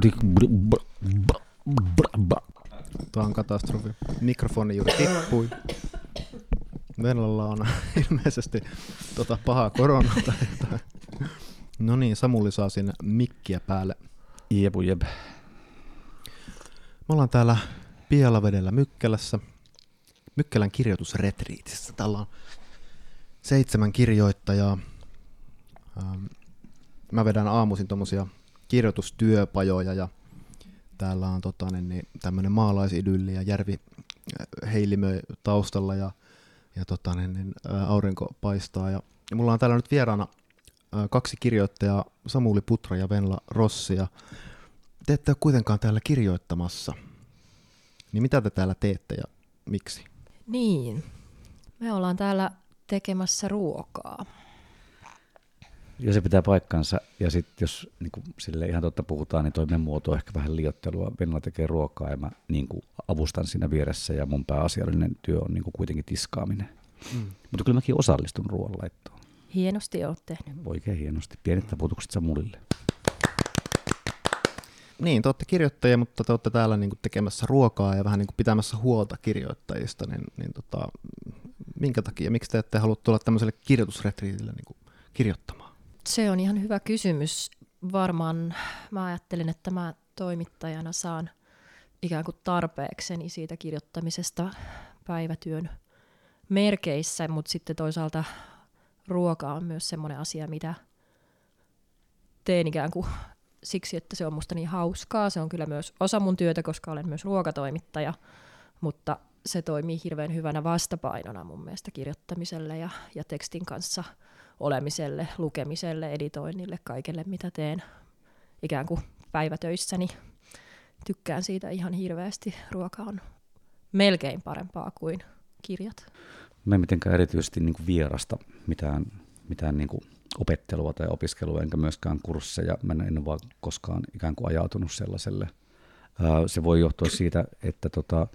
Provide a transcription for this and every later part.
Tämä on katastrofi. Mikrofoni juuri tippui. Venlalla on ilmeisesti pahaa koronaa tai jotain. No niin, Samuli saa sinne mikkiä päälle. Jep. Me ollaan täällä Pielavedellä Mykkälässä, Mykkälän kirjoitusretriitissä. Täällä on 7 kirjoittajaa. Mä vedän aamuisin tommosia kirjoitustyöpajoja ja täällä on tämmönen maalaisidylli ja järvi heilimöi taustalla ja aurinko paistaa. Ja mulla on täällä nyt vieraana 2 kirjoittajaa, Samuli Putra ja Venla Rossi. Ja te ette ole kuitenkaan täällä kirjoittamassa. Niin mitä te täällä teette ja miksi? Niin, me ollaan täällä tekemässä ruokaa. Ja se pitää paikkansa. Ja sitten jos niin sille ihan totta puhutaan, niin toimen muoto on ehkä vähän liioittelua. Venla tekee ruokaa ja mä niin avustan siinä vieressä ja mun pääasiallinen työ on niin kuitenkin tiskaaminen. Mutta kyllä mäkin osallistun ruoanlaittoon. Hienosti oot tehnyt. Oikein hienosti. Pienet taputukset Samulille. Niin, te olette kirjoittajia, mutta te olette täällä niin kuin tekemässä ruokaa ja vähän niin kuin pitämässä huolta kirjoittajista. Minkä takia? Miksi te ette halua tulla tämmöiselle kirjoitusretriitille niin kuin kirjoittamaan? Se on ihan hyvä kysymys. Varmaan mä ajattelin, että mä toimittajana saan ikään kuin tarpeekseni siitä kirjoittamisesta päivätyön merkeissä, mutta sitten toisaalta ruoka on myös semmoinen asia, mitä teen ikään kuin siksi, että se on musta niin hauskaa. Se on kyllä myös osa mun työtä, koska olen myös ruokatoimittaja, mutta se toimii hirveän hyvänä vastapainona mun mielestä kirjoittamiselle ja tekstin kanssa olemiselle, lukemiselle, editoinnille, kaikelle mitä teen ikään kuin päivätöissäni. Tykkään siitä ihan hirveästi. Ruoka on melkein parempaa kuin kirjat. Mä en mitenkään erityisesti niin kuin vierasta mitään niin kuin opettelua tai opiskelua, enkä myöskään kursseja. Mä en ole vaan koskaan ikään kuin ajautunut sellaiselle. Se voi johtua siitä, että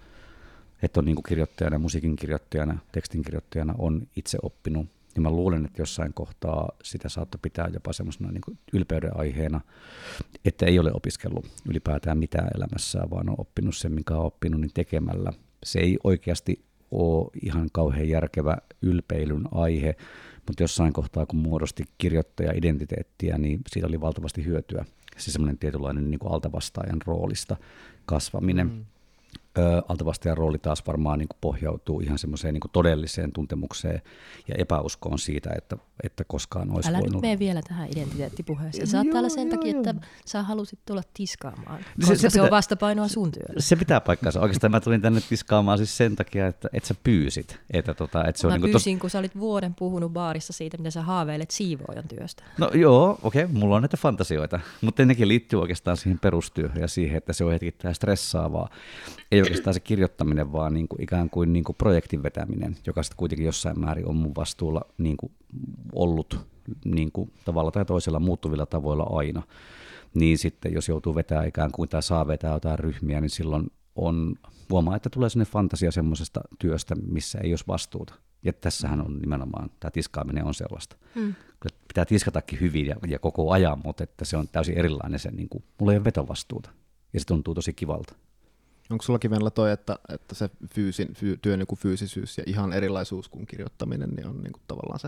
on niin kuin kirjoittajana, musiikinkirjoittajana, tekstinkirjoittajana on itse oppinut. Ja mä luulen, että jossain kohtaa sitä saattoi pitää jopa semmoisena niin kuin ylpeyden aiheena, että ei ole opiskellut ylipäätään mitään elämässään, vaan on oppinut sen, minkä on oppinut, niin tekemällä. Se ei oikeasti ole ihan kauhean järkevä ylpeilyn aihe, mutta jossain kohtaa, kun muodosti kirjoittaja-identiteettiä, niin siitä oli valtavasti hyötyä. Se semmoinen tietynlainen niin kuin altavastaajan roolista kasvaminen. Altavastaajan rooli taas varmaan niin kuin pohjautuu ihan semmoiseen niin kuin todelliseen tuntemukseen ja epäuskoon siitä, että koskaan olisi voinut. Älä nyt mene vielä tähän identiteettipuheeseen. Sä oot täällä sen takia, että sä halusit tulla tiskaamaan, koska se on vastapainoa sun työlle. Se pitää paikkaansa. Oikeastaan mä tulin tänne tiskaamaan siis sen takia, että sä pyysit. Että se mä on pyysin, kun sä olit vuoden puhunut baarissa siitä, mitä sä haaveilet siivoojan työstä. No joo, okei, mulla on näitä fantasioita, mutta nekin liittyy oikeastaan siihen perustyöhön ja siihen, että se on hetkittäin stressaavaa. Ei oikeastaan se kirjoittaminen, vaan niin kuin ikään kuin, projektin vetäminen, joka sitten kuitenkin jossain määrin on mun vastuulla niin kuin ollut niin kuin tavalla tai toisella muuttuvilla tavoilla aina. Niin sitten jos joutuu vetämään ikään kuin tai saa vetää jotain ryhmiä, niin silloin huomaa, että tulee sellainen fantasia semmoisesta työstä, missä ei olisi vastuuta. Ja tässähän on nimenomaan, tämä tiskaaminen on sellaista. Pitää tiskatakin hyvin ja koko ajan, mutta että se on täysin erilainen se, niin kuin, mulla ei ole vetovastuuta ja se tuntuu tosi kivalta. Onko sullakin Venla toi, että se työn niin fyysisyys ja ihan erilaisuus kuin kirjoittaminen niin on niin kuin tavallaan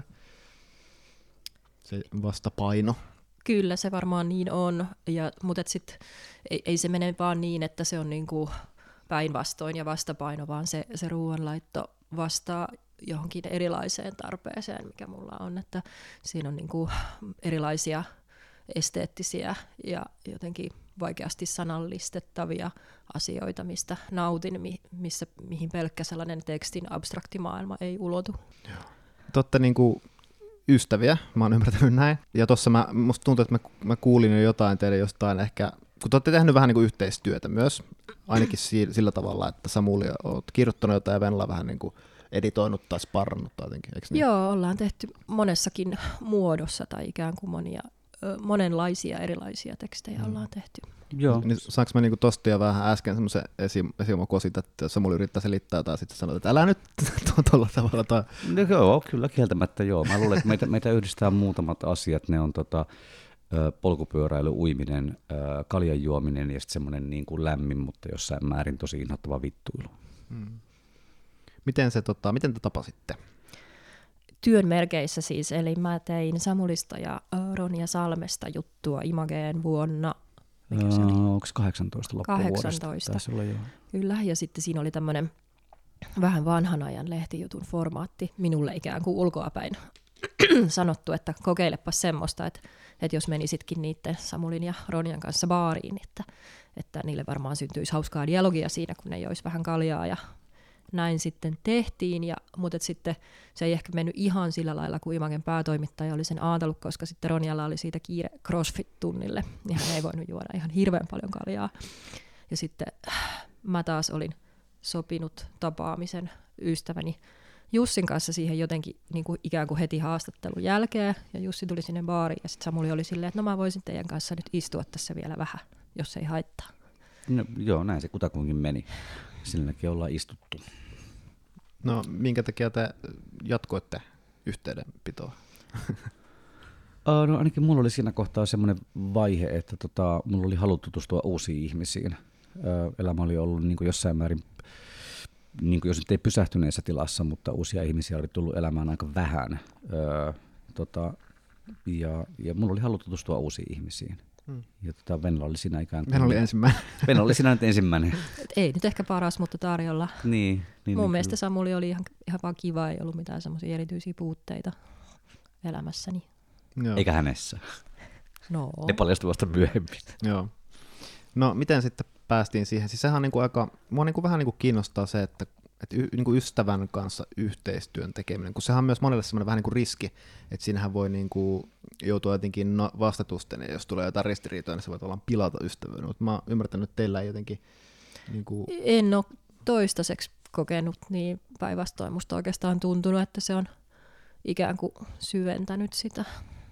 se vastapaino? Kyllä se varmaan niin on, mutta sitten ei se mene vaan niin, että se on niin kuin päinvastoin ja vastapaino, vaan se ruoanlaitto vastaa johonkin erilaiseen tarpeeseen, mikä mulla on, että siinä on niin kuin erilaisia esteettisiä ja jotenkin vaikeasti sanallistettavia asioita, mistä nautin, mihin pelkkä sellainen tekstin abstrakti maailma ei ulotu. Te olette niinku ystäviä, mä oon ymmärtänyt näin. Ja tuossa musta tuntuu, että mä kuulin jo jotain teille jostain ehkä, kun te olette tehnyt vähän niinku yhteistyötä myös, ainakin sillä tavalla, että Samuli oot kirjoittanut jotain ja Venla vähän niinku editoinut tai sparrannut tai jotenkin, eikö niin? Joo, ollaan tehty monessakin muodossa tai ikään kuin monenlaisia erilaisia tekstejä ollaan tehty. Joo. Niin saanko mä niinku tosta jo vähän äsken semmoisen esimakua siitä, että Samuli yrittää selittää jotain, sitten sanoit, että älä nyt tuolla tavalla. Tai... No, joo, kyllä kieltämättä joo. Mä luulen, että meitä yhdistää muutamat asiat. Ne on polkupyöräily, uiminen, kaljan juominen ja sitten semmoinen niin kuin lämmin, mutta jossain määrin tosi inhottava vittuilu. Miten te tapasitte? Työn merkeissä siis, eli mä tein Samulista ja Ronja Salmesta juttua Imageen vuonna, onko 18 loppuvuodesta? 18. Taisi olla, joo. Kyllä, ja sitten siinä oli tämmöinen vähän vanhan ajan lehtijutun formaatti, minulle ikään kuin ulkoapäin sanottu, että kokeilepas semmoista, että jos menisitkin niiden Samulin ja Ronjan kanssa baariin, että niille varmaan syntyisi hauskaa dialogia siinä, kun ne joisi vähän kaljaa ja näin sitten tehtiin, mutta sitten se ei ehkä mennyt ihan sillä lailla, kuin Imagen päätoimittaja oli sen ajatellut, koska sitten Ronjalla oli siitä kiire CrossFit-tunnille, niin hän ei voinut juoda ihan hirveän paljon kaljaa. Ja sitten mä taas olin sopinut tapaamisen ystäväni Jussin kanssa siihen jotenkin niin kuin ikään kuin heti haastattelun jälkeen, ja Jussi tuli sinne baariin, ja sitten Samuli oli silleen, että no mä voisin teidän kanssa nyt istua tässä vielä vähän, jos ei haittaa. No, joo, näin se kutakuinkin meni. Silläkin ollaan istuttu. No, minkä takia te jatkoitte yhteydenpitoa? No ainakin mulla oli siinä kohtaa semmoinen vaihe, että mulla oli halu tutustua uusiin ihmisiin. Elämä oli ollut niin kuin jossain määrin, niin kuin jos nyt ei pysähtyneessä tilassa, mutta uusia ihmisiä oli tullut elämään aika vähän. Ja mulla oli halu tutustua uusiin ihmisiin. Ja Venla oli siinä ikään kuin... Venla oli ensimmäinen. Venla oli siinä nyt ensimmäinen. Ei nyt ehkä paras, mutta tarjolla. Niin, Mun mielestä Samuli oli ihan vaan kiva, ei ollut mitään semmoisia erityisiä puutteita elämässäni. Joo. Eikä hänessä. Ne paljastui vasta myöhemmin. Joo. No miten sitten päästiin siihen? Siis sehän on niin kuin mua niin kuin vähän niin kuin kiinnostaa se, että niin kuin ystävän kanssa yhteistyön tekeminen, kun sehän on myös monelle semmoinen vähän niin kuin riski, että siinähän voi niin kuin joutua jotenkin vastatusten, ja jos tulee jotain ristiriitoja, niin se voi tavallaan pilata ystävyyden, mutta mä oon ymmärtänyt, että teillä ei jotenkin... Niin kuin... En ole toistaiseksi kokenut, niin päinvastoin musta oikeastaan tuntunut, että se on ikään kuin syventänyt sitä.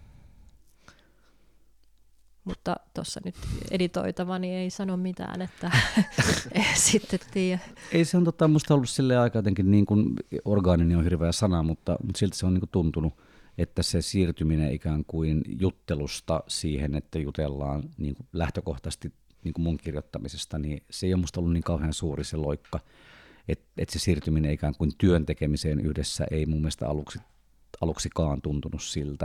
Mutta tuossa nyt editoitavani ei sano mitään, että sitten tiedä. Ei se on musta ollut silleen aika jotenkin niin kuin orgaaninen on hirveä sana, mutta silti se on niin kuin tuntunut, että se siirtyminen ikään kuin juttelusta siihen, että jutellaan niin kuin lähtökohtaisesti niin kuin mun kirjoittamisesta, niin se ei ole musta ollut niin kauhean suuri se loikka, että se siirtyminen ikään kuin työn tekemiseen yhdessä ei mun mielestä aluksikaan tuntunut siltä.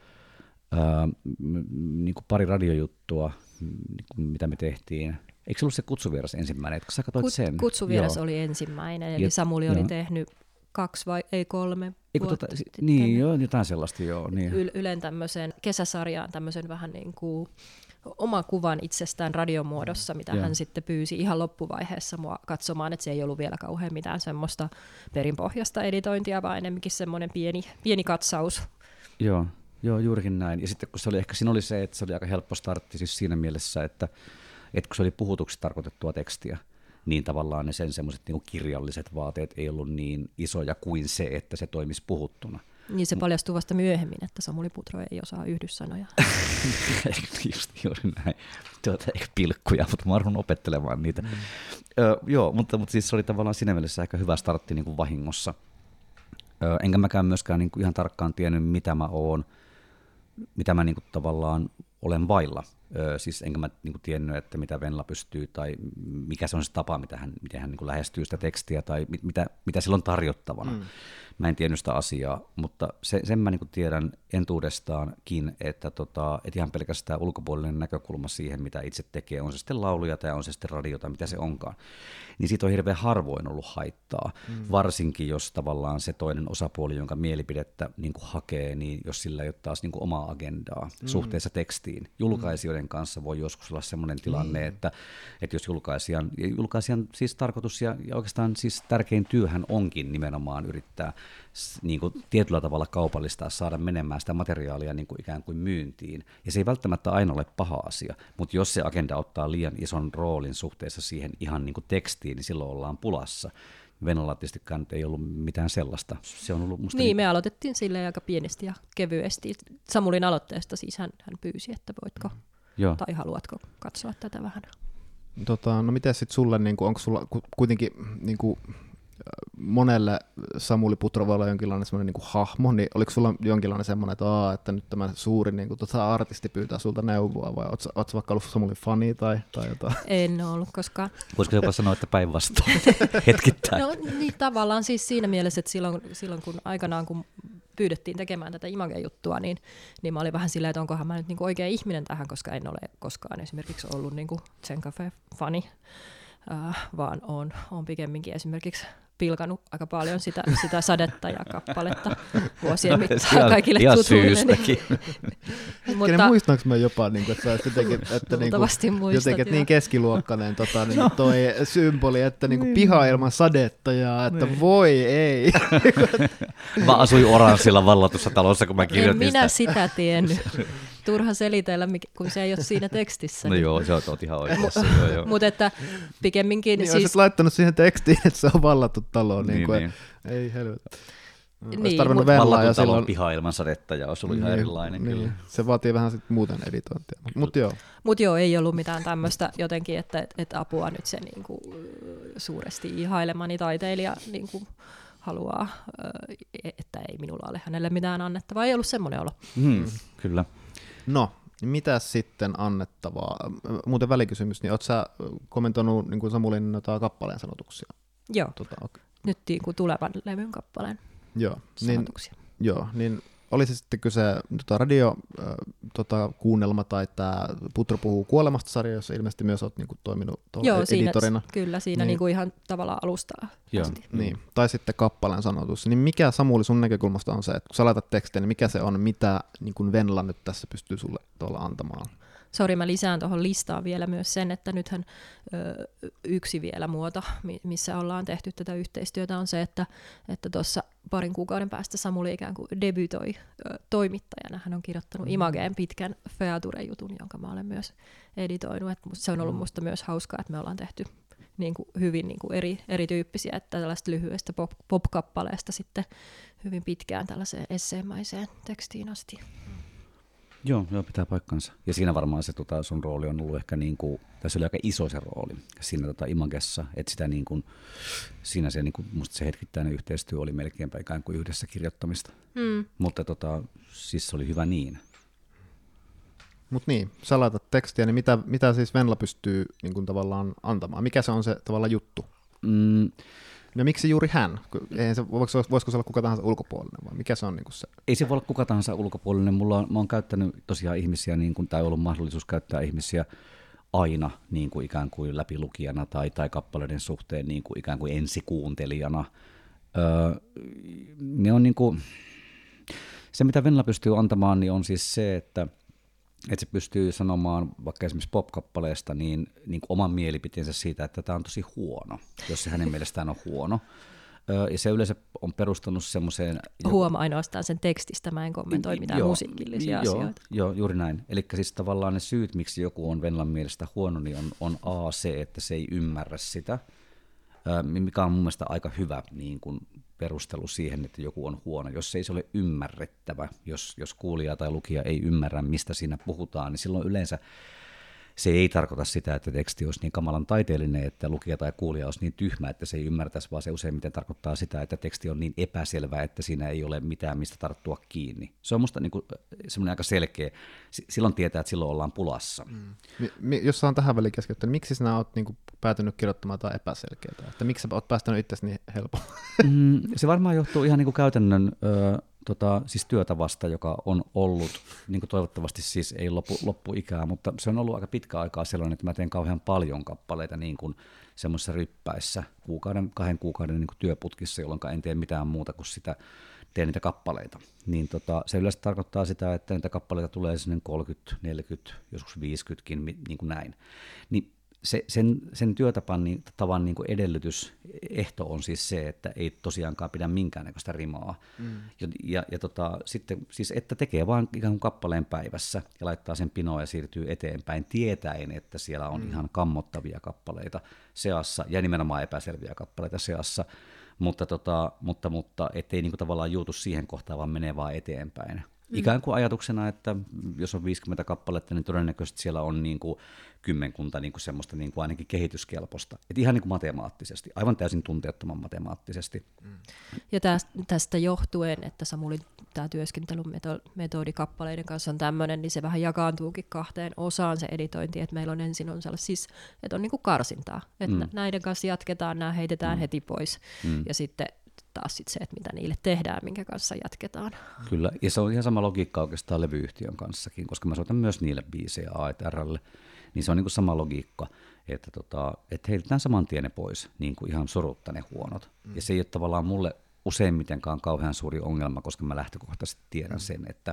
Niin kuin pari radiojuttua, niin kuin mitä me tehtiin. Eikö se ollut se kutsuvieras ensimmäinen? Etkö sä katsoit sen? Kutsuvieras oli ensimmäinen, eli Samuli oli tehnyt 2 vai ei 3 vuotta sitten. Niin, joo, jotain sellaista, joo. Niin. Ylen tämmöisen kesäsarjaan tämmöisen vähän niin kuin oma kuvan itsestään radiomuodossa, mitä hän sitten pyysi ihan loppuvaiheessa mua katsomaan, että se ei ollut vielä kauhean mitään semmoista perinpohjasta editointia, vaan enemmänkin semmoinen pieni katsaus. Joo, juurikin näin. Ja sitten kun se oli ehkä siinä oli se, että se oli aika helppo startti siis siinä mielessä, että kun se oli puhutuksi tarkoitettua tekstiä, niin tavallaan ne sen semmoiset niin kirjalliset vaateet ei ollut niin isoja kuin se, että se toimisi puhuttuna. Niin se paljastui vasta myöhemmin, että Samuli Putro ei osaa yhdyssanoja. Just juuri näin. Eikä pilkkuja, mutta mä arvon opettelemaan niitä. Joo, mutta siis se oli tavallaan siinä mielessä ehkä hyvä startti niin kuin vahingossa. Enkä mäkään myöskään niin kuin ihan tarkkaan tiennyt, mitä mä oon, mitä mä niin kuin tavallaan olen vailla. Siis enkä mä niin kuin tiennyt, että mitä Venla pystyy tai mikä se on se tapa, miten hän niin kuin lähestyy sitä tekstiä tai mitä sillä on tarjottavana. Mä en tiennyt sitä asiaa, mutta sen mä niin kuin tiedän entuudestaankin, että ihan pelkästään ulkopuolinen näkökulma siihen, mitä itse tekee, on se sitten lauluja tai on se sitten radiota, mitä se onkaan, niin siitä on hirveän harvoin ollut haittaa. Varsinkin, jos tavallaan se toinen osapuoli, jonka mielipidettä niin kuin hakee, niin jos sillä ei ole taas niin kuin omaa agendaa suhteessa tekstiin. Julkaisijoiden kanssa voi joskus olla sellainen tilanne, että jos julkaisijan siis tarkoitus ja oikeastaan siis tärkein työhän onkin nimenomaan yrittää niin kuin tietyllä tavalla kaupallistaa, saada menemään sitä materiaalia niin kuin ikään kuin myyntiin. Ja se ei välttämättä aina ole paha asia, mutta jos se agenda ottaa liian ison roolin suhteessa siihen ihan niin kuin tekstiin, niin silloin ollaan pulassa. Venäjällä tietystikään ei ollut mitään sellaista. Se on ollut musta me aloitettiin silleen aika pienesti ja kevyesti. Samulin aloitteesta siis hän pyysi, että voitko tai haluatko katsoa tätä vähän. No miten sitten sulle, niin onko sulla kuitenkin niin monelle Samuli Putra voi olla jonkinlainen semmoinen niin kuin hahmo, niin oliko sulla jonkinlainen semmoinen, että nyt tämä suuri niin kuin, artisti pyytää sulta neuvoa, vai ootko vaikka ollut Samulin fani tai jotain? En ole ollut koskaan. Voisiko jopa sanoa, että päinvastoin hetkittäin? No niin tavallaan siis siinä mielessä, että silloin kun aikanaan kun pyydettiin tekemään tätä Image-juttua, niin mä olin vähän silleen, että onkohan mä nyt niinku oikea ihminen tähän, koska en ole koskaan esimerkiksi ollut niinku Zen Cafe-fani, vaan on pikemminkin esimerkiksi pilkanut aika paljon sitä sadetta ja kappaletta vuosien mittaan kaikille tutuille. Mutta muistanko mä jopa, niin kuin, että sä jotenkin, että jotenkin niin keskiluokkainen niin toi symboli, että niin piha ilman sadetta ja että voi ei. Mä asuin oranssilla vallatussa talossa, kun mä kirjoitin En minä sitä tiennyt. Turha selitellä, kun se ei ole siinä tekstissä. No niin. joo, se oot ihan oikeassa. Mutta että pikemminkin... Niin olisit laittanut siihen tekstiin, että se on vallattu talo. Niin. Ei helvetti. Niin, vallattu talon piha ilman sadetta ja olisi ollut ihan erilainen. Niin. Kyllä. Se vaatii vähän sit muuten editointia. Mutta joo, ei ollut mitään tämmöistä jotenkin, että apua nyt se niinku suuresti ihailemani taiteilija niinku haluaa, että ei minulla ole hänelle mitään annettavaa. Ei ollut semmoinen olo. Kyllä. No, mitä sitten annettavaa? Muuten välikysymys, niin ootko sä kommentoinut niin kuin Samulin kappaleen sanotuksia? Joo, nyt niin tulevan levyn kappaleen sanotuksia. Niin oli se sitten kyse radio kuunnelma tai tämä Putro puhuu kuolemasta -sarja, jossa ilmeisesti myös olet niin kuin toiminut editorina. Kyllä, siinä niin kuin ihan tavallaan alusta asti. Niin. Tai sitten kappaleen sanotus. Niin mikä Samuli sun näkökulmasta on se, että kun sä laitat tekstejä, niin mikä se on, mitä niin kuin Venla nyt tässä pystyy sulle tuolla antamaan? Sori, mä lisään tuohon listaan vielä myös sen, että nythän yksi vielä muoto, missä ollaan tehty tätä yhteistyötä, on se, että tuossa parin kuukauden päästä Samuli ikään kuin debytoi toimittajana. Hän on kirjoittanut Imageen pitkän feature-jutun, jonka mä olen myös editoinut. Se on ollut musta myös hauskaa, että me ollaan tehty niin kuin hyvin niin kuin erityyppisiä, että tällaista lyhyestä pop-kappaleesta sitten hyvin pitkään tällaiseen esseemäiseen tekstiin asti. Joo, pitää paikkansa. Ja siinä varmaan se sun rooli on ollut ehkä tässä oli aika iso se rooli siinä Imagessa, että sitä siinä se musta se hetkittäinen yhteistyö oli melkeinpä ikään kuin yhdessä kirjoittamista. Mutta siis se oli hyvä niin. Mut niin, sä laitat tekstiä, niin mitä siis Venla pystyy niin kuin tavallaan antamaan? Mikä se on se tavallaan juttu? No miksi juuri hän? Voisiko se olla kuka tahansa ulkopuolinen vai mikä se on niin kuin se? Ei se voi olla kuka tahansa ulkopuolinen. Mä oon käyttänyt tosiaan ihmisiä, tai ollut mahdollisuus käyttää ihmisiä aina niin kuin ikään kuin läpilukijana tai kappaleiden suhteen niin kuin ikään kuin ensikuuntelijana. Ne on se, mitä Venla pystyy antamaan, niin on siis se, että se pystyy sanomaan vaikka esimerkiksi pop-kappaleesta niin oman mielipiteensä siitä, että tämä on tosi huono, jos se hänen mielestään on huono. Ja se yleensä on perustunut semmoiseen... Huoma ainoastaan sen tekstistä, mä en kommentoi mitään musiikillisia asioita. Joo, juuri näin. Eli siis tavallaan ne syyt, miksi joku on Venlan mielestä huono, niin on se, että se ei ymmärrä sitä, mikä on mun mielestä aika hyvä niin kuin perustelu siihen, että joku on huono. Jos se ei ole ymmärrettävä, jos kuulija tai lukija ei ymmärrä, mistä siinä puhutaan, niin silloin yleensä se ei tarkoita sitä, että teksti olisi niin kamalan taiteellinen, että lukija tai kuulija olisi niin tyhmä, että se ei ymmärtäisi, vaan se useimmiten tarkoittaa sitä, että teksti on niin epäselvä, että siinä ei ole mitään, mistä tarttua kiinni. Se on musta semmoinen aika selkeä. Silloin tietää, että silloin ollaan pulassa. Jos saan tähän väliin keskeyttää, niin miksi sinä olet päätynyt kirjoittamaan jotain epäselkeää? Että miksi sä olet päästänyt itsesi niin helpolla? Se varmaan johtuu ihan käytännön siis työtavasta, joka on ollut, toivottavasti siis ei loppu ikää, mutta se on ollut aika pitkä aikaa sellainen, että mä teen kauhean paljon kappaleita semmoisissa ryppäissä, 2 kuukauden työputkissa, jolloin en tee mitään muuta kuin sitä, teen niitä kappaleita. Niin se yleensä tarkoittaa sitä, että niitä kappaleita tulee sinne 30, 40, joskus 50kin, niin kuin näin. Niin sen työtavan edellytysehto on siis se, että ei tosiaankaan pidä minkäännäköistä rimaa. Ja sitten siis, että tekee vaan ikään kuin kappaleen päivässä ja laittaa sen pinoon ja siirtyy eteenpäin tietäen, että siellä on ihan kammottavia kappaleita seassa ja nimenomaan epäselviä kappaleita seassa, mutta ettei tavallaan juutu siihen kohtaan, vaan menee vaan eteenpäin. Ikään kuin ajatuksena, että jos on 50 kappaletta, niin todennäköisesti siellä on niin kuin kymmenkunta niin kuin semmoista niin kuin ainakin kehityskelpoista. Et ihan niin kuin matemaattisesti, aivan täysin tunteettoman matemaattisesti. Ja tästä johtuen, että Samulin tämä työskentelymetodi kappaleiden kanssa on tämmöinen, niin se vähän jakaantuukin kahteen osaan se editointi, että meillä on ensin on siis, että on niin kuin karsintaa, että näiden kanssa jatketaan, nämä heitetään heti pois, ja sitten taas se, että mitä niille tehdään, minkä kanssa jatketaan. Kyllä, ja se on ihan sama logiikka oikeastaan levyyhtiön kanssakin, koska mä soitan myös niille biisejä A&R:lle, niin se on niin kuin sama logiikka, että heitetään saman tien ne pois, niin kuin ihan sorutta ne huonot. Ja se ei ole tavallaan mulle useimmitenkaan kauhean suuri ongelma, koska mä lähtökohtaisesti tiedän sen, että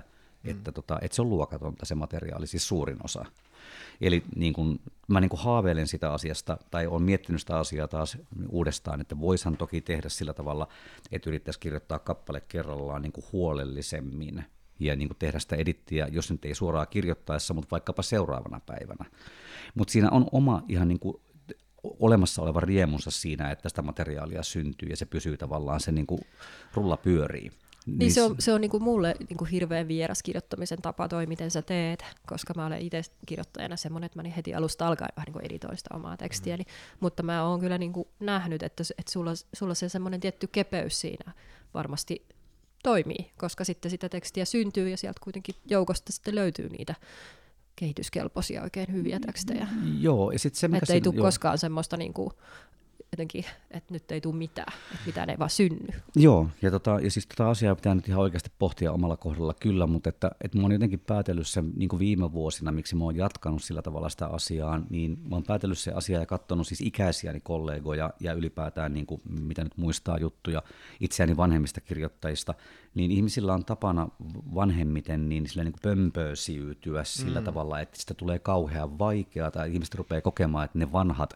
se on luokatonta se materiaali, siis suurin osa. Eli niin kun, mä niin kun haaveilen sitä asiasta, tai olen miettinyt sitä asiaa taas uudestaan, että voishan toki tehdä sillä tavalla, että yrittäisi kirjoittaa kappale kerrallaan niin kuin huolellisemmin, ja niin kuin tehdä sitä edittiä, jos nyt ei suoraan kirjoittaessa, mutta vaikkapa seuraavana päivänä. Mutta siinä on oma ihan niin kuin olemassa oleva riemunsa siinä, että sitä materiaalia syntyy, ja se pysyy tavallaan, se niin kuin rulla pyörii. Niin se on niinku mulle niinku hirveän vieras kirjoittamisen tapa toi, miten sä teet, koska mä olen itse kirjoittajana semmoinen, että mä heti alusta alkaen vähän niinku editoin sitä omaa tekstiäni, mutta mä oon kyllä niinku nähnyt, että sulla se semmoinen tietty kepeys siinä varmasti toimii, koska sitten sitä tekstiä syntyy ja sieltä kuitenkin joukosta sitten löytyy niitä kehityskelpoisia oikein hyviä tekstejä. Joo, ja sitten se, mikä että ei tule koskaan semmoista niinku jotenkin, että nyt ei tule mitään, että mitään ei vaan synny. Joo, ja siis asiaa pitää nyt ihan oikeasti pohtia omalla kohdalla kyllä, mutta että mä oon jotenkin päätellyt sen niin kuin viime vuosina, miksi mä oon jatkanut sillä tavalla sitä asiaa, niin mä oon päätellyt se asiaa ja katsonut siis ikäisiäni kollegoja ja ylipäätään, niin kuin, mitä nyt muistaa juttuja itseäni vanhemmista kirjoittajista, niin ihmisillä on tapana vanhemmiten niin sillä niin kuin pömpöisiytyä sillä tavalla, että sitä tulee kauhean vaikeaa, tai ihmiset rupeaa kokemaan, että ne vanhat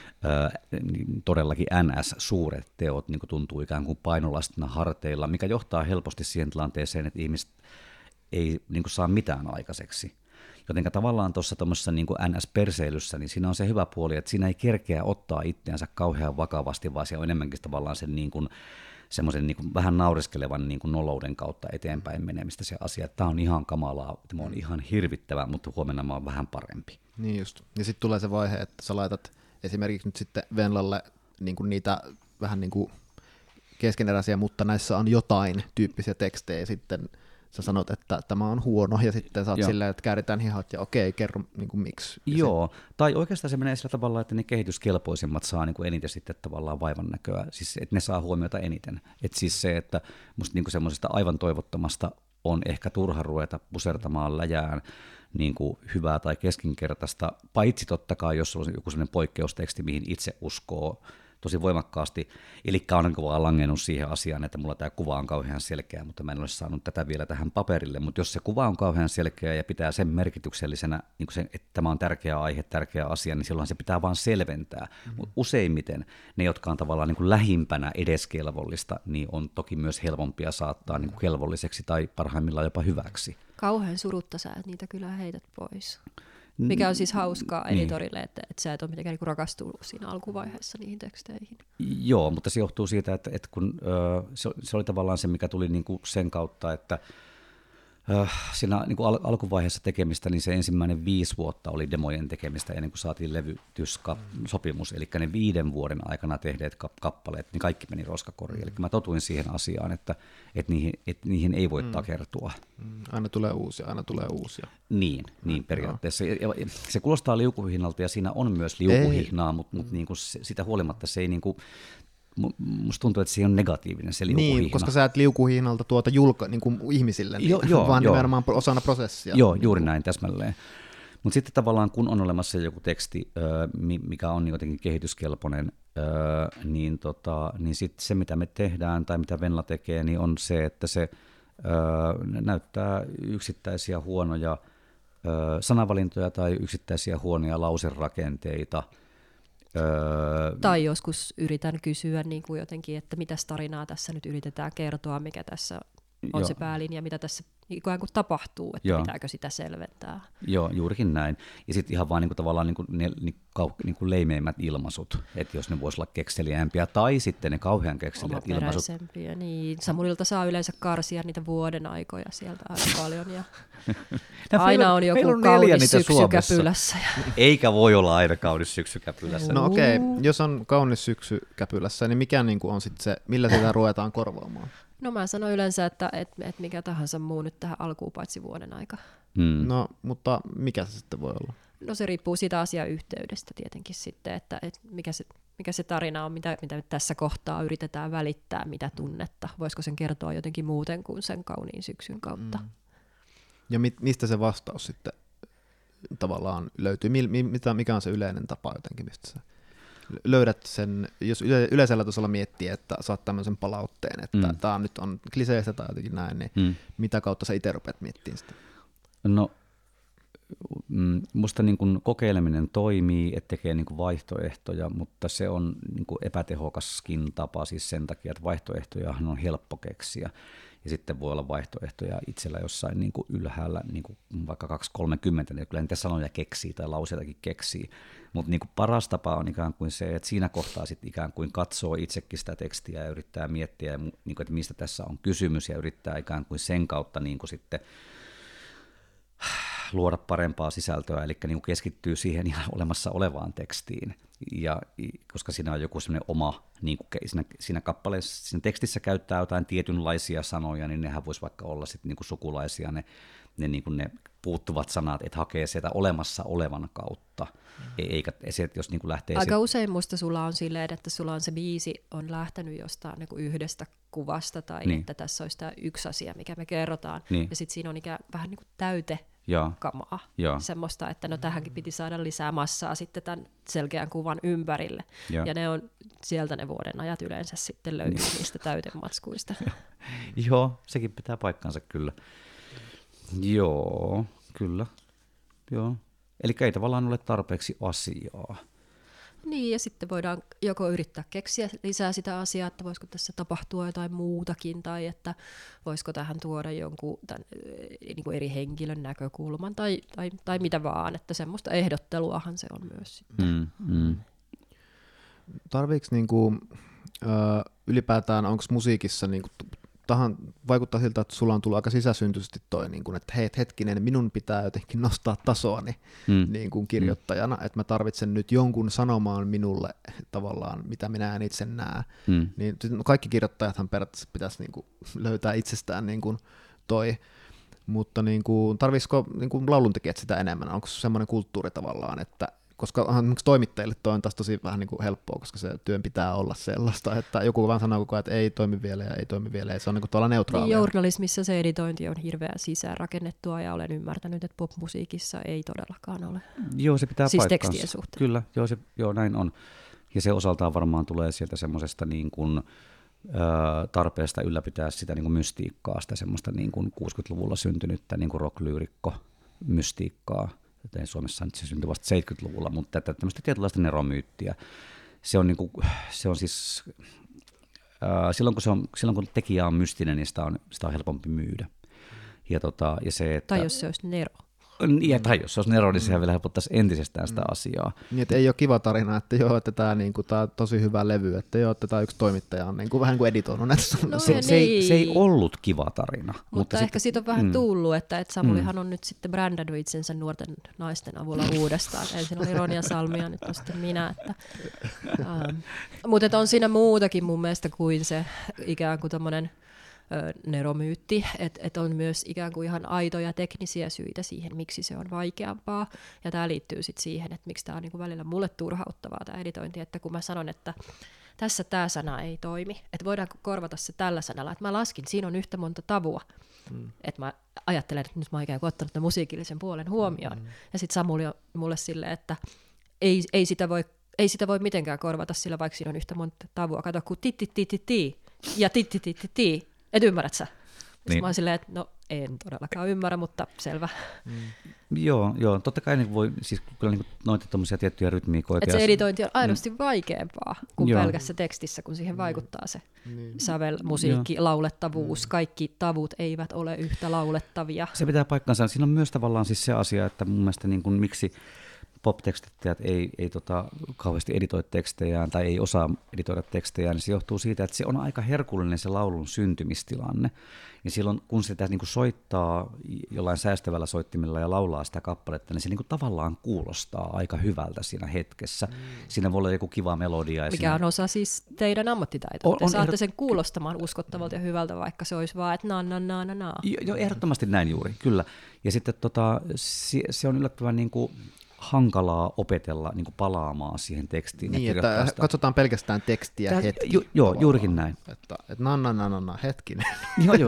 todellakin NS-suuret teot niin kuin tuntuu ikään kuin painolastina harteilla, mikä johtaa helposti siihen tilanteeseen, että ihmiset ei niin kuin saa mitään aikaiseksi. Jotenka tavallaan tuossa tuommoisessa niin kuin NS-perseilyssä, niin siinä on se hyvä puoli, että siinä ei kerkeä ottaa itseänsä kauhean vakavasti, vaan se on enemmänkin tavallaan sen niin kuin semmoisen niin kuin vähän nauriskelevan niin kuin nolouden kautta eteenpäin menemistä se asia, että tämä on ihan kamalaa, tämä on ihan hirvittävä, mutta huomenna mä oon vähän parempi. Niin just. Ja sitten tulee se vaihe, että sä laitat esimerkiksi nyt sitten Venlalle niin kuin niitä vähän niin kuin keskeneräisiä, mutta näissä on jotain tyyppisiä tekstejä, ja sitten sä sanot, että tämä on huono, ja sitten sä oot silleen, että kääritään hihat, ja okei, kerro niin kuin miksi. Joo, tai oikeastaan se menee sillä tavalla, että ne kehityskelpoisimmat saa niin kuin eniten sitten tavallaan vaivan näköä, siis että ne saa huomiota eniten. Että siis se, että musta niin kuin semmoisesta aivan toivottomasta on ehkä turha ruveta pusertamaan läjään niin kuin hyvää tai keskinkertaista, paitsi totta kai, jos on joku sellainen poikkeusteksti, mihin itse uskoo tosi voimakkaasti. Eli on niin vaan langennut siihen asiaan, että mulla tämä kuva on kauhean selkeä, mutta mä en ole saanut tätä vielä tähän paperille. Mutta jos se kuva on kauhean selkeä ja pitää sen merkityksellisenä, niin se, että tämä on tärkeä aihe, tärkeä asia, niin silloin se pitää vaan selventää. Mutta useimmiten ne, jotka on tavallaan niin kuin lähimpänä edes kelvollista, niin on toki myös helpompia saattaa niin kuin kelvolliseksi tai parhaimmillaan jopa hyväksi. Kauhean surutta sä, että niitä kyllä heität pois. Mikä on siis hauskaa editorille, että sä et ole mitenkään niin rakastunut siinä alkuvaiheessa niihin teksteihin. Joo, mutta se johtuu siitä, että kun se oli tavallaan se, mikä tuli niin kuin sen kautta, että siinä niin kuin alkuvaiheessa tekemistä, niin se ensimmäinen 5 vuotta oli demojen tekemistä ennen kuin saatiin levytyssopimus, eli ne 5 vuoden aikana tehneet kappaleet, niin kaikki meni roskakoriin. Eli mä totuin siihen asiaan, että niihin ei voi takertua. Aina tulee uusia. Niin periaatteessa. Ja se kuulostaa liukuhihnalta ja siinä on myös liukuhihnaa, mutta niin kuin sitä huolimatta se ei niin kuin, musta tuntuu, että se ei ole negatiivinen se liukuhihna. Niin, koska sä et liukuhihnalta niin kuin ihmisille, vaan nimenomaan osana prosessia. Joo, juuri näin täsmälleen. Mutta sitten tavallaan kun on olemassa joku teksti, mikä on jotenkin kehityskelpoinen, niin sitten se mitä me tehdään tai mitä Venla tekee, niin on se, että se näyttää yksittäisiä huonoja sanavalintoja tai yksittäisiä huonoja lauserakenteita. Tai joskus yritän kysyä niin kuin jotenkin, että mitäs tarinaa tässä nyt yritetään kertoa, mikä tässä on Joo. se päälinja, mitä tässä ikään kuin tapahtuu, että Joo. pitääkö sitä selventää. Joo, juurikin näin. Ja sitten ihan vaan niinku tavallaan niinku leimeimmät ilmaisut, että jos ne voisi olla kekseliämpiä, tai sitten ne kauhean kekseliät ilmaisut. Omaperäisempiä, niin. Samulilta saa yleensä karsia niitä vuoden aikoja sieltä aika paljon, ja aina on joku kaunis syksykäpylässä. Eikä voi olla aina kaunis syksykäpylässä. No okei, jos on kaunis syksy käpylässä, niin mikä niin kuin on sitten se, millä sitä ruvetaan korvaamaan? No mä sanon yleensä, että mikä tahansa muu nyt tähän alkuun paitsi vuoden aika. No, mutta mikä se sitten voi olla? No se riippuu siitä asiayhteydestä tietenkin sitten, että mikä se tarina on, mitä tässä kohtaa yritetään välittää, mitä tunnetta. Voisiko sen kertoa jotenkin muuten kuin sen kauniin syksyn kautta. Ja mistä se vastaus sitten tavallaan löytyy? Mikä on se yleinen tapa jotenkin, mistä sä löydät sen, jos yleisellä tasolla miettii, että saat tämmöisen palautteen, että tämä nyt on kliseistä tai jotenkin näin, niin mitä kautta sä itse rupeat miettimään sitä? No, musta niin kuin kokeileminen toimii, että tekee niin kuin vaihtoehtoja, mutta se on niin kuin epätehokaskin tapa siis sen takia, että vaihtoehtojahan on helppo keksiä. Ja sitten voi olla vaihtoehtoja itsellä jossain niin kuin ylhäällä, niin kuin vaikka 2.30, niin kyllä niitä sanoja keksii tai lauseitakin keksii. Mutta niin kuin paras tapa on ikään kuin se, että siinä kohtaa sitten ikään kuin katsoo itsekin sitä tekstiä ja yrittää miettiä, niin kuin, että mistä tässä on kysymys, ja yrittää ikään kuin sen kautta niin kuin sitten luoda parempaa sisältöä, eli niin kuin keskittyy siihen ihan olemassa olevaan tekstiin. Ja koska siinä on joku sellainen oma, niin kuin siinä kappaleessa, siinä tekstissä käyttää jotain tietynlaisia sanoja, niin nehän voisi vaikka olla sitten niin kuin sukulaisia, niin kuin ne puuttuvat sanat, että hakee sieltä olemassa olevan kautta. Eikä se, että jos niin kuin lähtee... Aika usein musta sulla on silleen, että sulla on se biisi on lähtenyt jostain niin kuin yhdestä kuvasta, tai että tässä olisi tämä yksi asia, mikä me kerrotaan, ja sitten siinä on vähän niin kuin täytekamaa. Semmoista, että no tähänkin piti saada lisää massaa sitten tämän selkeän kuvan ympärille. Ja ne on sieltä ne vuoden ajat yleensä sitten löytyy niistä täytematskuista. Joo, sekin pitää paikkansa kyllä. Joo, kyllä. Joo. Eli ei tavallaan ole tarpeeksi asiaa. Niin, ja sitten voidaan joko yrittää keksiä lisää sitä asiaa, että voisiko tässä tapahtua jotain muutakin, tai että voisiko tähän tuoda jonkun niin kuin eri henkilön näkökulman, tai mitä vaan, että semmoista ehdotteluahan se on myös sitten. Tarviiko niinku, ylipäätään, onko musiikissa, niinku, vaikuttaa siltä, että sulla on tullut aika sisäsyntyisesti toi, niin kuin, että hei, hetkinen, minun pitää jotenkin nostaa tasoani niin kuin kirjoittajana, että mä tarvitsen nyt jonkun sanomaan minulle tavallaan, mitä minä en itse näe. Niin kaikki kirjoittajathan periaatteessa pitäisi niin kuin löytää itsestään niin kuin toi, mutta niin kuin, tarvitsisiko niin kuin lauluntekijät sitä enemmän? Onko se semmoinen kulttuuri tavallaan, että koska toimittajille toi on taas tosi vähän niin kuin helppoa, koska se työn pitää olla sellaista, että joku vaan sanoo koko ajan, että ei toimi vielä, ja se on niin kuin tuolla neutraalia. Journalismissa se editointi on hirveän sisäänrakennettua, ja olen ymmärtänyt, että popmusiikissa ei todellakaan ole. Joo, se pitää siis paikkaansa. Tekstien suhteen. Kyllä, joo, näin on. Ja se osaltaan varmaan tulee sieltä semmoisesta niin kuin tarpeesta ylläpitää sitä niin kuin mystiikkaa, sitä semmoista niin kuin 60-luvulla syntynyttä niin kuin rock-lyyrikko-mystiikkaa. Suomessa se syntyi vasta 70-luvulla, mutta tämmöistä tietynlaista neromyyttiä. Se on siis, silloin kun tekijä on mystinen, niin sitä on helpompi myydä. Ja se, että, tai jos se olisi Nero. Tai jos se olisi Nero, niin sehän vielä helpottaisi entisestään sitä asiaa. Niin, että ei ole kiva tarina, että joo, että tämä on tosi hyvä levy, että joo, että tämä yksi toimittaja on niin kuin, vähän niin kuin editoinut näitä sanoja. No, se ei ollut kiva tarina. Mutta ehkä siitä on vähän tullut, että Samulihan on nyt sitten brändännyt itsensä nuorten naisten avulla uudestaan. Ensin oli Ronja Salmi ja nyt on sitten minä. Mutta on siinä muutakin mun mielestä kuin se ikään kuin tommonen neromyytti, että on myös ikään kuin ihan aitoja teknisiä syitä siihen, miksi se on vaikeampaa. Ja tämä liittyy sitten siihen, että miksi tämä on niinku välillä mulle turhauttavaa tämä editointi, että kun mä sanon, että tässä tämä sana ei toimi, että voidaan korvata se tällä sanalla, että mä laskin, siinä on yhtä monta tavua, että mä ajattelen, että nyt mä oon ikään kuin ottanut tämän musiikillisen puolen huomioon. Ja sitten Samuli on mulle silleen, että ei sitä voi mitenkään korvata sillä, vaikka siinä on yhtä monta tavua. Kato, kun ti ja ti. Et ymmärrät sä? Niin. Mä oon silleen, että no en todellakaan ymmärrä, mutta selvä. Joo, totta kai niin voi, siis kyllä niin noita tommosia tiettyjä rytmiikoita. Että se editointi on aidosti vaikeampaa kuin pelkässä tekstissä, kun siihen vaikuttaa se sävel, musiikki, laulettavuus. Kaikki tavut eivät ole yhtä laulettavia. Se pitää paikkansa. Siinä on myös tavallaan siis se asia, että mun mielestä niin kuin, miksi pop-tekstittajat ei kauheasti editoi tekstejään tai ei osaa editoida tekstejään, niin se johtuu siitä, että se on aika herkullinen se laulun syntymistilanne. Ja silloin, kun sitä niin kuin soittaa jollain säästävällä soittimella ja laulaa sitä kappaletta, niin se niin kuin tavallaan kuulostaa aika hyvältä siinä hetkessä. Siinä voi olla joku kiva melodia. Mikä on osa siis teidän ammattitaitoa. Te saatte sen kuulostamaan uskottavalta ja hyvältä, vaikka se olisi vaan, että na. Joo, ehdottomasti näin juuri, kyllä. Ja sitten se on yllättävän niin kuin hankalaa opetella niin kuin palaamaan siihen tekstiin. Niin, että katsotaan pelkästään tekstiä hetki. Joo, juurikin näin. Että hetkinen. Joo,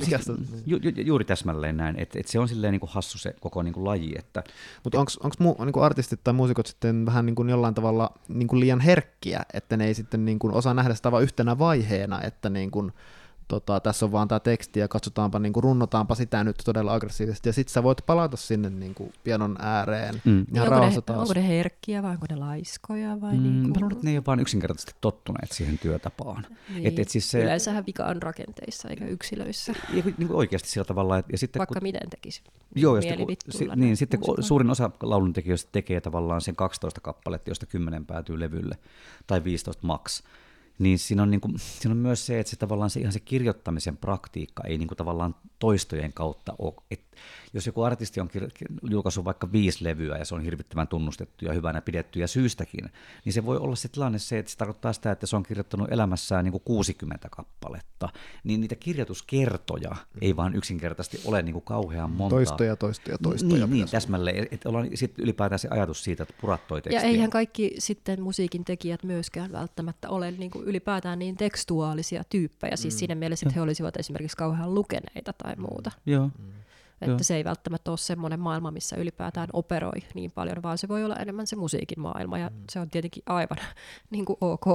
juuri täsmälleen näin. Että se on silleen niin kuin hassu se koko niin kuin laji. Mutta onko niin artistit tai muusikot sitten vähän niin kuin jollain tavalla niin kuin liian herkkiä, että ne ei sitten niin kuin osaa nähdä sitä vain yhtenä vaiheena, että niin kuin tässä on vaan tämä teksti ja katsotaanpa, niin kuin runnotaanpa sitä nyt todella aggressiivisesti ja sitten sä voit palata sinne niin kuin pianon ääreen. Onko ne herkkiä vai onko ne laiskoja? Vai niin kuin... Mä luulen, että ne ei ole vaan yksinkertaisesti tottuneet siihen työtapaan. Niin. Siis yleensähän vika on rakenteissa eikä yksilöissä. Niin oikeasti sillä tavalla. Ja sitten, vaikka miten tekisi. Joo, sitten suurin osa lauluntekijöistä tekee tavallaan sen 12 kappaletta, josta 10 päätyy levylle tai 15 max. Niin siinä on myös se, että se tavallaan se ihan se kirjoittamisen praktiikka ei niin kuin tavallaan toistojen kautta ole. Jos joku artisti on julkaissut vaikka 5 levyä ja se on hirvittävän tunnustettu ja hyvänä pidetty ja syystäkin, niin se voi olla se tilanne se, että se tarkoittaa sitä, että se on kirjoittanut elämässään niin kuin 60 kappaletta. Niin niitä kirjoituskertoja ei vaan yksinkertaisesti ole niin kuin kauhean monta. Toistoja. Niin täsmälleen. Että ollaan sitten ylipäätään se ajatus siitä, että purat toi tekstiä. Ja eihän kaikki sitten musiikin tekijät myöskään välttämättä ole niin kuin ylipäätään niin tekstuaalisia tyyppejä. Siis siinä mielessä, että he olisivat esimerkiksi kauhean lukeneita tai muuta. Joo. Että se ei välttämättä ole semmoinen maailma, missä ylipäätään operoi niin paljon, vaan se voi olla enemmän se musiikin maailma, ja se on tietenkin aivan niin kuin ok.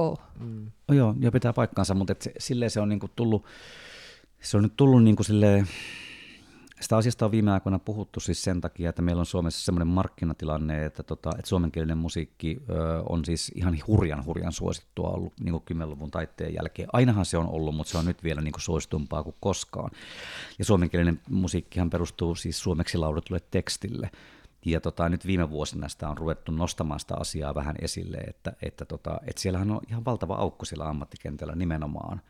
Joo, ja pitää paikkaansa, mutta silleen se on, niin kuin tullut, se on nyt tullut niin kuin silleen, sitä asiasta on viime aikoina puhuttu siis sen takia, että meillä on Suomessa semmoinen markkinatilanne, että suomenkielinen musiikki on siis ihan hurjan suosittua ollut niin kuin 10-luvun taitteen jälkeen. Ainahan se on ollut, mutta se on nyt vielä niin kuin suositumpaa kuin koskaan. Ja suomenkielinen musiikkihan perustuu siis suomeksi lauletulle tekstille. Ja nyt viime vuosina sitä on ruvettu nostamaan sitä asiaa vähän esille, että siellähän on ihan valtava aukko siellä ammattikentällä nimenomaan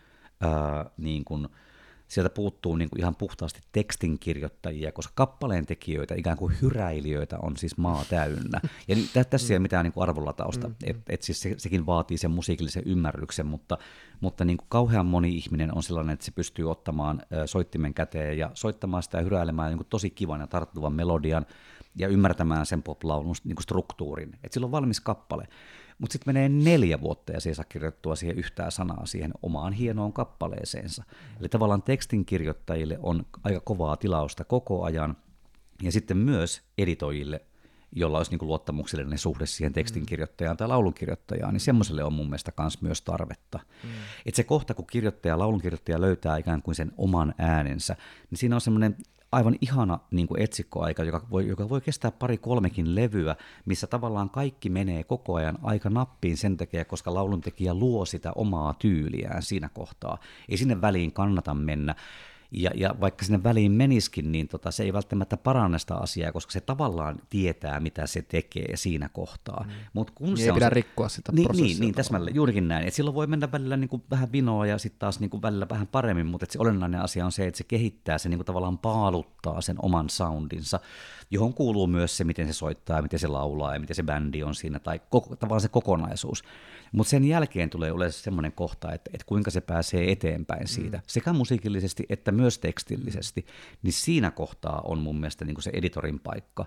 niin kuin sieltä puuttuu niin kuin ihan puhtaasti tekstinkirjoittajia, koska kappaleen tekijöitä, ikään kuin hyräilijöitä on siis maa täynnä. Ja tässä ei ole mitään niin kuin arvolatausta, että siis sekin vaatii sen musiikillisen ymmärryksen, mutta niin kuin kauhean moni ihminen on sellainen, että se pystyy ottamaan soittimen käteen ja soittamaan sitä ja hyräilemään niin kuin tosi kivan ja tarttuvan melodian ja ymmärtämään sen pop-laulun niin kuin struktuurin. Että sillä on valmis kappale. Mutta sitten menee 4 vuotta ja se ei saa kirjoittua siihen yhtään sanaa siihen omaan hienoon kappaleeseensa. Eli tavallaan tekstinkirjoittajille on aika kovaa tilausta koko ajan, ja sitten myös editoijille, jolla olisi niinku luottamuksellinen suhde siihen tekstinkirjoittajaan tai laulunkirjoittajaan, niin semmoiselle on mun mielestä myös tarvetta. Että se kohta, kun laulunkirjoittaja löytää ikään kuin sen oman äänensä, niin siinä on semmoinen aivan ihana niin kuin etsikkoaika, joka voi kestää 2-3 levyä, missä tavallaan kaikki menee koko ajan aika nappiin sen takia, koska lauluntekijä luo sitä omaa tyyliään siinä kohtaa. Ei sinne väliin kannata mennä. Ja vaikka sinne väliin meniskin, niin se ei välttämättä paranna sitä asiaa, koska se tavallaan tietää, mitä se tekee siinä kohtaa. Mut kun ei pidä rikkoa sitä prosessia. Niin täsmälleen, juurikin näin. Et silloin voi mennä välillä niin kuin vähän vinoa ja sitten taas niin kuin välillä vähän paremmin, mutta se olennainen asia on se, että se kehittää, se niin kuin tavallaan paaluttaa sen oman soundinsa, johon kuuluu myös se, miten se soittaa ja miten se laulaa ja miten se bändi on siinä, tai tavallaan se kokonaisuus. Mutta sen jälkeen tulee yleensä semmoinen kohta, että kuinka se pääsee eteenpäin siitä, sekä musiikillisesti että myös tekstillisesti, niin siinä kohtaa on mun mielestä niin kuin se editorin paikka,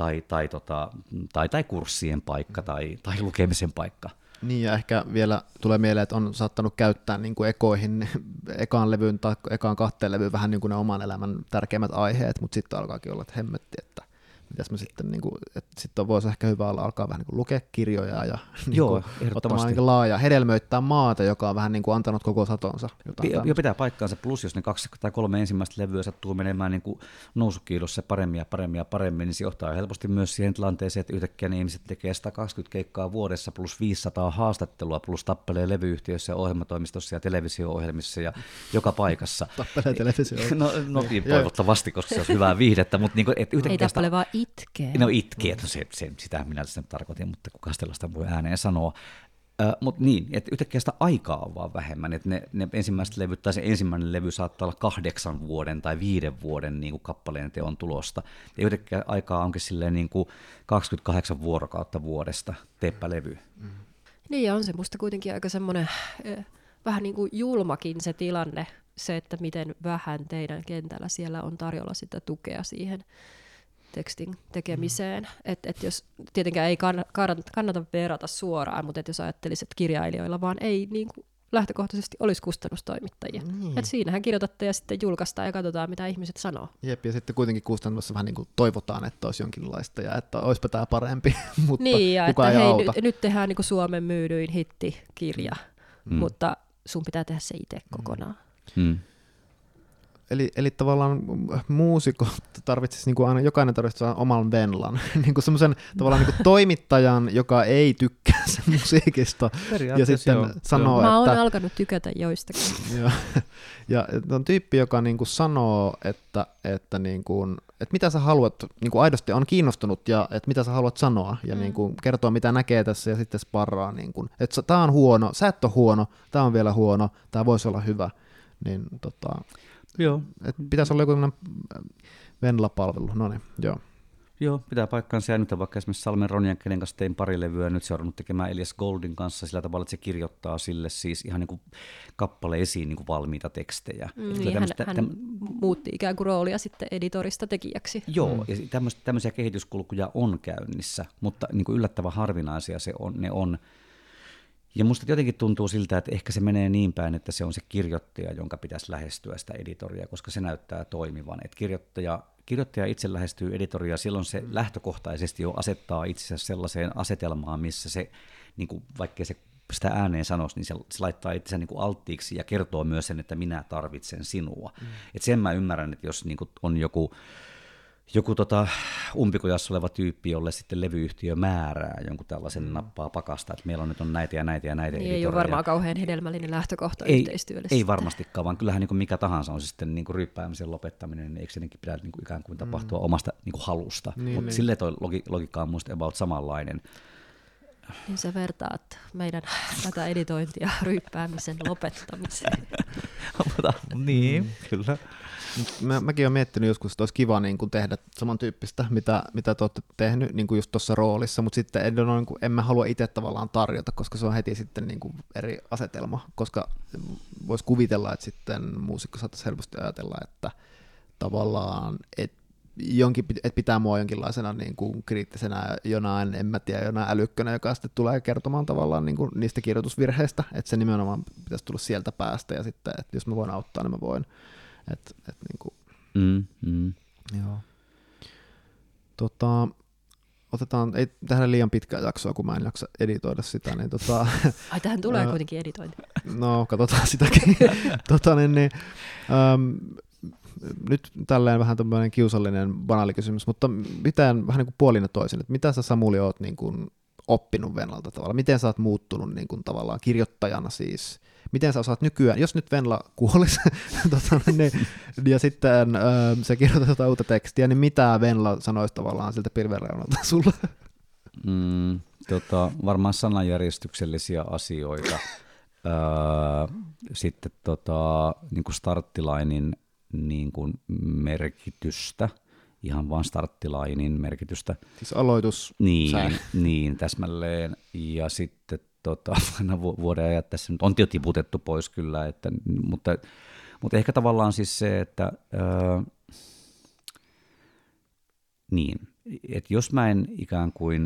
tai kurssien paikka, tai lukemisen paikka. Niin, ja ehkä vielä tulee mieleen, että on saattanut käyttää niin kuin ekaan levyyn tai ekaan 2 levyyn vähän niin kuin ne oman elämän tärkeimmät aiheet, mutta sitten alkaakin olla, että hemmetti, että mitäs mä sitten, niin kuin, että sitten voisi ehkä hyvä olla alkaa vähän niin kuin lukea kirjoja ja niin Joo, kuin, ehdottomasti. ottamaan niin laaja, hedelmöittää maata, joka on vähän niin kuin antanut koko satonsa. Jo pitää paikkaansa, plus jos ne 2 tai 3 ensimmäistä levyä sattuu menemään niin kuin nousukiilossa paremmin, niin se johtaa helposti myös siihen tilanteeseen, että yhtäkkiä ne ihmiset tekee 120 keikkaa vuodessa plus 500 haastattelua, plus tappelee levyyhtiöissä ja ohjelmatoimistossa ja televisio-ohjelmissa ja joka paikassa. Tappelee televisio. No toivottavasti, koska se olisi hyvää viihdettä, mutta niin kuin, että ei tappele vaan itkee. No itkee, sitä minä sen tarkoitin, mutta kuka sellaista voi ääneen sanoa. Mutta niin, että yhtäkkiä sitä aikaa on vaan vähemmän, että ne ensimmäiset levyt tai se ensimmäinen levy saattaa olla 8 vuoden tai 5 vuoden niin kuin kappaleen teon tulosta. Ja yhtäkkiä aikaa onkin silleen niin kuin 28 vuorokautta vuodesta, teepä levy. Niin ja on se musta kuitenkin aika semmoinen vähän niin kuin julmakin se tilanne, se, että miten vähän teidän kentällä siellä on tarjolla sitä tukea siihen tekstin tekemiseen. Et jos tietenkään ei kannata verrata suoraan, mutta jos ajattelisit, että kirjailijoilla vaan ei niin kuin lähtökohtaisesti olisi kustannustoimittajia. Et siinähän kirjoitatte ja sitten julkaistaan ja katsotaan, mitä ihmiset sanoo. Jep, ja sitten kuitenkin kustannussa vähän niin kuin toivotaan, että olisi jonkinlaista ja että olisipa tämä parempi, mutta niin, ja kukaan että ei auta. Nyt tehdään niin kuin Suomen myydyin hittikirja, mutta sun pitää tehdä se itse kokonaan. Eli tavallaan muusikot tarvitsisi niin kuin aina, jokainen tarvitsisi oman Venlan, niin kuin semmoisen tavallaan niin kuin toimittajan, joka ei tykkää sen musiikista ja sitten sanoo, että... Mä oon alkanut tykätä joistakin. ja on tyyppi, joka niin kuin sanoo, että mitä sä haluat, niin kuin aidosti on kiinnostunut ja että mitä sä haluat sanoa ja niin kuin kertoo, mitä näkee tässä ja sitten sparraa, niin kuin, että tää on huono, sä et ole huono, tää on vielä huono, tää voisi olla hyvä, niin Joo. Pitäisi olla joku Venla-palvelu, no niin, joo. Joo, pitää paikkaansa. Ja nyt vaikka esimerkiksi Salmen Ronjan, kenen kanssa tein pari levyä, nyt seurannut tekemään Elias Goldin kanssa sillä tavalla, että se kirjoittaa sille siis ihan niin kuin kappaleisiin niin kuin valmiita tekstejä. Niin, hän muutti ikään kuin roolia sitten editorista tekijäksi. Joo, ja tämmöisiä kehityskulkuja on käynnissä, mutta niin kuin yllättävän harvinaisia ne on. Ja musta jotenkin tuntuu siltä, että ehkä se menee niin päin, että se on se kirjoittaja, jonka pitäisi lähestyä sitä editoria, koska se näyttää toimivan. Että kirjoittaja itse lähestyy editoria, silloin se lähtökohtaisesti jo asettaa itsensä sellaiseen asetelmaan, missä se, niin kuin, vaikkei se sitä ääneen sanoisi, niin se laittaa itsensä niin kuin alttiiksi ja kertoo myös sen, että minä tarvitsen sinua. Et sen mä ymmärrän, että jos niin kuin on joku umpikujassa oleva tyyppi, jolle sitten levyyhtiö määrää jonkun tällaisen nappaa pakasta, että meillä on nyt näitä ja näitä ja näitä niin editoreja. Ei ole varmaan kauhean hedelmällinen lähtökohta yhteistyölle. Ei varmastikaan, vaan kyllähän niin kuin mikä tahansa on sitten niin kuin ryyppäämisen lopettaminen, niin eikö senkin pidä niin kuin ikään kuin tapahtua omasta niin kuin halusta. Mutta silleen toi logiikka on musta about samanlainen. Niin sä vertaat meidän tätä editointia ryyppäämisen lopettamiseen. Niin, kyllä. Mäkin olen miettinyt joskus, että olisi kiva niin kuin tehdä samantyyppistä, mitä te olette tehnyt niin kuin just tuossa roolissa, mutta sitten en mä halua itse tavallaan tarjota, koska se on heti sitten niin kuin eri asetelma, koska voisi kuvitella, että sitten muusikko saattaisi helposti ajatella, että tavallaan, että pitää mua jonkinlaisena niin kuin kriittisenä jonain, en mä tiedä, jonain älykkönä, joka sitten tulee kertomaan tavallaan niin kuin niistä kirjoitusvirheistä, että se nimenomaan pitäisi tulla sieltä päästä, ja sitten, että jos mä voin auttaa, niin mä voin. Niin kuin. Joo. Ei tehdä liian pitkää jaksoa, kun mä en jaksa editoida sitä. Niin Ai, tähän tulee kuitenkin editointi. No, katsotaan sitäkin. Nyt tälleen vähän tämmöinen kiusallinen, banaali kysymys, mutta mitään vähän niin kuin puolin ja toisin. Että mitä sä, Samuli, oot niin kuin oppinut Venlalta tavalla? Miten sä oot muuttunut niin kuin tavallaan kirjoittajana siis? Miten sä osaat nykyään, jos nyt Venla kuolisi, ja sitten sä kirjoitat jotain uutta tekstiä, niin mitä Venla sanoisi tavallaan siltä pilvenreunalta sulle? Varmaan sananjärjestyksellisiä asioita. Sitten niin kuin starttilainin niin kuin merkitystä, ihan vaan starttilainin merkitystä. Siis aloitus. Niin, täsmälleen. Ja sitten vuoden ajat tässä nyt on tiputettu pois kyllä, mutta ehkä tavallaan siis se, että niin, että jos mä en ikään kuin,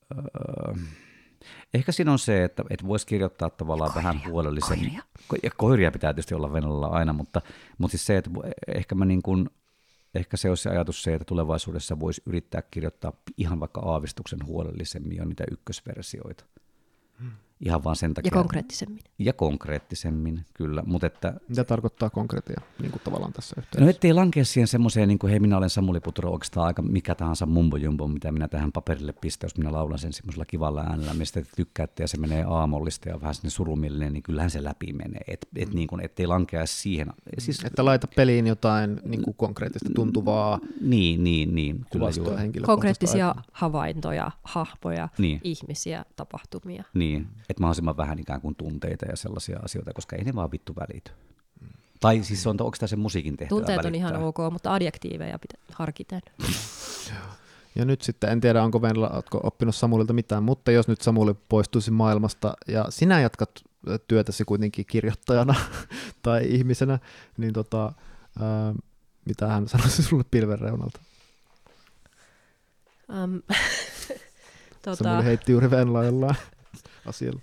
ehkä siinä on se, että voisi kirjoittaa tavallaan vähän huolellisemmin. Koiria pitää tietysti olla Venäjällä aina, mutta siis se, että ehkä mä niin kuin ehkä se olisi se ajatus se, että tulevaisuudessa voisi yrittää kirjoittaa ihan vaikka aavistuksen huolellisemmin jo niitä ykkösversioita. Ihan vaan sen takia. Ja konkreettisemmin. Ja konkreettisemmin, kyllä. Mitä tarkoittaa konkreettia niin kuin tavallaan tässä yhteydessä? No ettei lankea siihen semmoiseen, niin kuin hei minä olen Samuli Putro, oikeastaan aika mikä tahansa mumbo-jumbo, mitä minä tähän paperille pistän, jos minä laulan sen semmoisella kivalla äänellä, mistä te tykkäätte ja se menee aamollista ja vähän sinne surumillinen, niin kyllähän se läpi menee. Niin kuin, ettei lankea siihen. Siis, että laita peliin jotain niin kuin konkreettista tuntuvaa niin, kuvastoa henkilökohtaista. Konkreettisia havaintoja, hahmoja, niin. ihmisiä, tapahtumia. Niin, että mahdollisimman vähän ikään kuin tunteita ja sellaisia asioita, koska ei ne vaan vittu välity. Tai siis onko tämä se musiikin tehtävä tunteet välittää? on ihan ok, mutta adjektiiveja harkiten. Ja nyt sitten, en tiedä onko Venla, oletko oppinut Samulilta mitään, mutta jos nyt Samuli poistuisi maailmasta ja sinä jatkat työtäsi kuitenkin kirjoittajana tai ihmisenä, niin mitä hän sanoisi sulle pilven reunalta? Samuli heitti juuri Venla jollain asialla.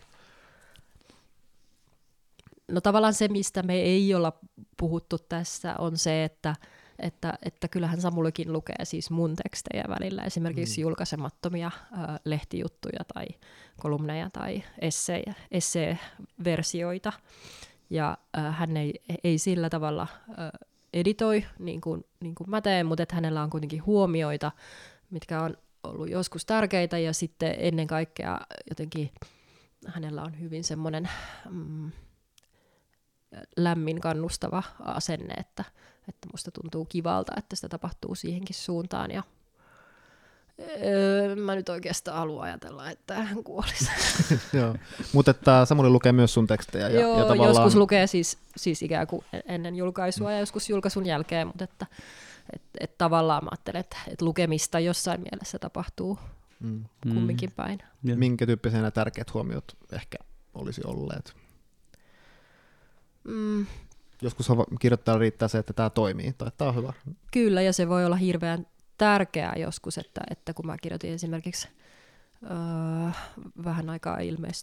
No tavallaan se, mistä me ei olla puhuttu tässä, on se, että kyllähän Samulikin lukee siis mun tekstejä välillä, esimerkiksi julkaisemattomia lehtijuttuja tai kolumneja tai esseeversioita. Ja hän ei sillä tavalla editoi niin kuin mä teen, mutta että hänellä on kuitenkin huomioita, mitkä on ollut joskus tärkeitä, ja sitten ennen kaikkea jotenkin hänellä on hyvin semmoinen lämmin kannustava asenne, että musta tuntuu kivalta, että sitä tapahtuu siihenkin suuntaan, ja mä nyt oikeastaan haluan ajatella, että hän kuolisi. Joo, mutta että Samuli lukee myös sun tekstejä. Joo, ja tavallaan joskus lukee siis ikään kuin ennen julkaisua ja joskus julkaisun jälkeen, mutta että tavallaan mä ajattelen, että lukemista jossain mielessä tapahtuu kumminkin päin. Minkä tyyppisiä nämä tärkeät huomiot ehkä olisi olleet? Joskus kirjoittajalla riittää se, että tämä toimii, tai tämä on hyvä. Kyllä, ja se voi olla hirveän tärkeää joskus, että kun mä kirjoitin esimerkiksi vähän aikaa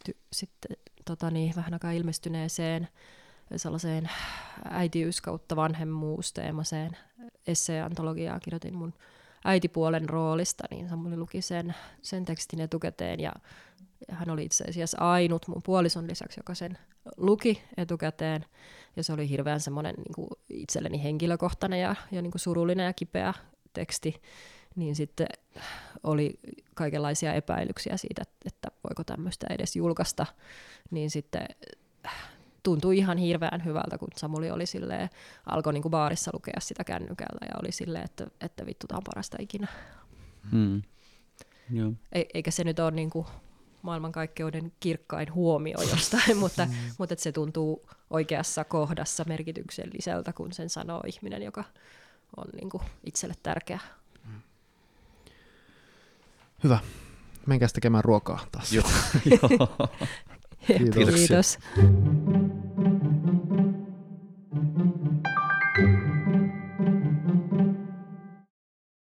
ilmestyneeseen sellaiseen äitiys kautta vanhemmuusteemaseen esseeantologiaan, kirjoitin mun äitipuolen roolista, niin Samuli luki sen tekstin etukäteen, ja hän oli itse asiassa ainut mun puolison lisäksi, joka sen luki etukäteen, ja se oli hirveän semmoinen niin kuin itselleni henkilökohtainen ja niin kuin surullinen ja kipeä teksti, niin sitten oli kaikenlaisia epäilyksiä siitä, että voiko tämmöistä edes julkaista, niin sitten tuntui ihan hirveän hyvältä, kun Samuli oli silleen, alkoi niin kuin baarissa lukea sitä kännykällä ja oli silleen, että vittu, tämä on parasta ikinä. Joo. Eikä se nyt ole niin kuin maailmankaikkeuden kirkkain huomio jostain, mutta että se tuntuu oikeassa kohdassa merkitykselliseltä, kun sen sanoo ihminen, joka on niin kuin itselle tärkeä. Hyvä. Menkääs tekemään ruokaa taas. Joo. Kiitos. Kiitos.